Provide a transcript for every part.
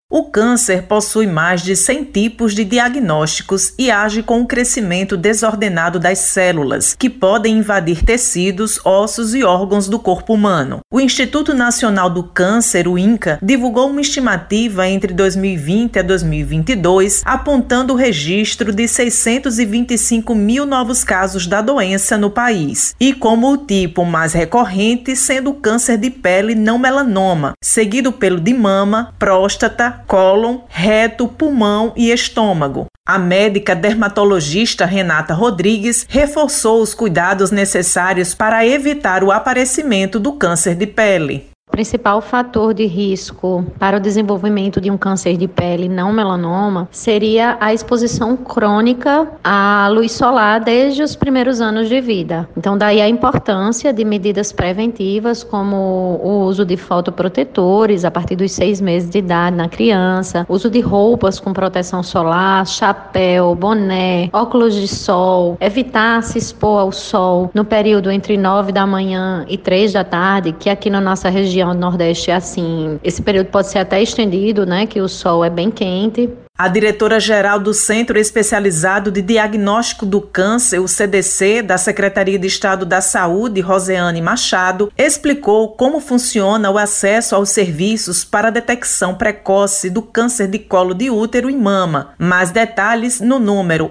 O câncer possui mais de 100 tipos de diagnósticos e age com o crescimento desordenado das células, que podem invadir tecidos, ossos e órgãos do corpo humano. O Instituto Nacional do Câncer, o INCA, divulgou uma estimativa entre 2020 a 2022, apontando o registro de 625 mil novos casos da doença no país, e como o tipo mais recorrente sendo o câncer de pele não melanoma, seguido pelo de mama, próstata, cólon, reto, pulmão e estômago. A médica dermatologista Renata Rodrigues reforçou os cuidados necessários para evitar o aparecimento do câncer de pele. O principal fator de risco para o desenvolvimento de um câncer de pele não melanoma seria a exposição crônica à luz solar desde os primeiros anos de vida. Então, daí a importância de medidas preventivas como o uso de fotoprotetores a partir dos 6 meses de idade na criança, uso de roupas com proteção solar, chapéu, boné, óculos de sol, evitar se expor ao sol no período entre 9 da manhã e 3 da tarde, que aqui na nossa região do Nordeste é assim, esse período pode ser até estendido, né, que o sol é bem quente. A diretora-geral do Centro Especializado de Diagnóstico do Câncer, o CDC, da Secretaria de Estado da Saúde, Roseane Machado, explicou como funciona o acesso aos serviços para a detecção precoce do câncer de colo de útero e mama. Mais detalhes no número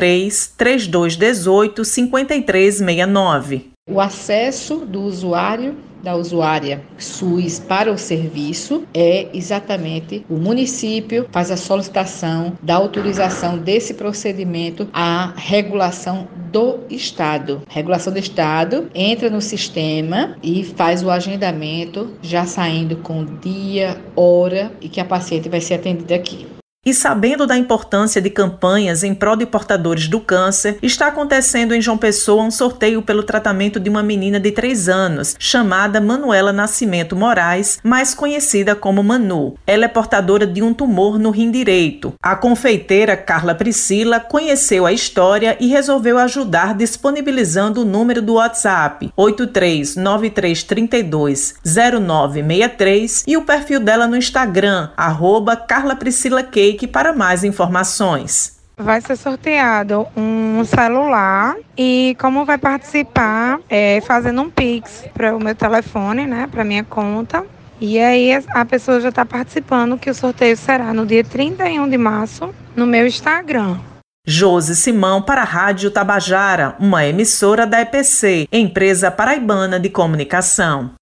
83-3218-5369. O acesso do usuário, da usuária SUS para o serviço é exatamente o município faz a solicitação da autorização desse procedimento à regulação do Estado. A regulação do Estado entra no sistema e faz o agendamento, já saindo com dia, hora e que a paciente vai ser atendida aqui. E sabendo da importância de campanhas em prol de portadores do câncer, está acontecendo em João Pessoa um sorteio pelo tratamento de uma menina de 3 anos, chamada Manuela Nascimento Moraes, mais conhecida como Manu. Ela é portadora de um tumor no rim direito. A confeiteira Carla Priscila conheceu a história e resolveu ajudar disponibilizando o número do WhatsApp 83-9332-0963 e o perfil dela no Instagram, @CarlaPriscilaCake, para mais informações. Vai ser sorteado um celular e como vai participar fazendo um Pix para o meu telefone, né, para minha conta. E aí a pessoa já está participando, que o sorteio será no dia 31 de março no meu Instagram. Josi Simão para a Rádio Tabajara, uma emissora da EPC, Empresa Paraibana de Comunicação.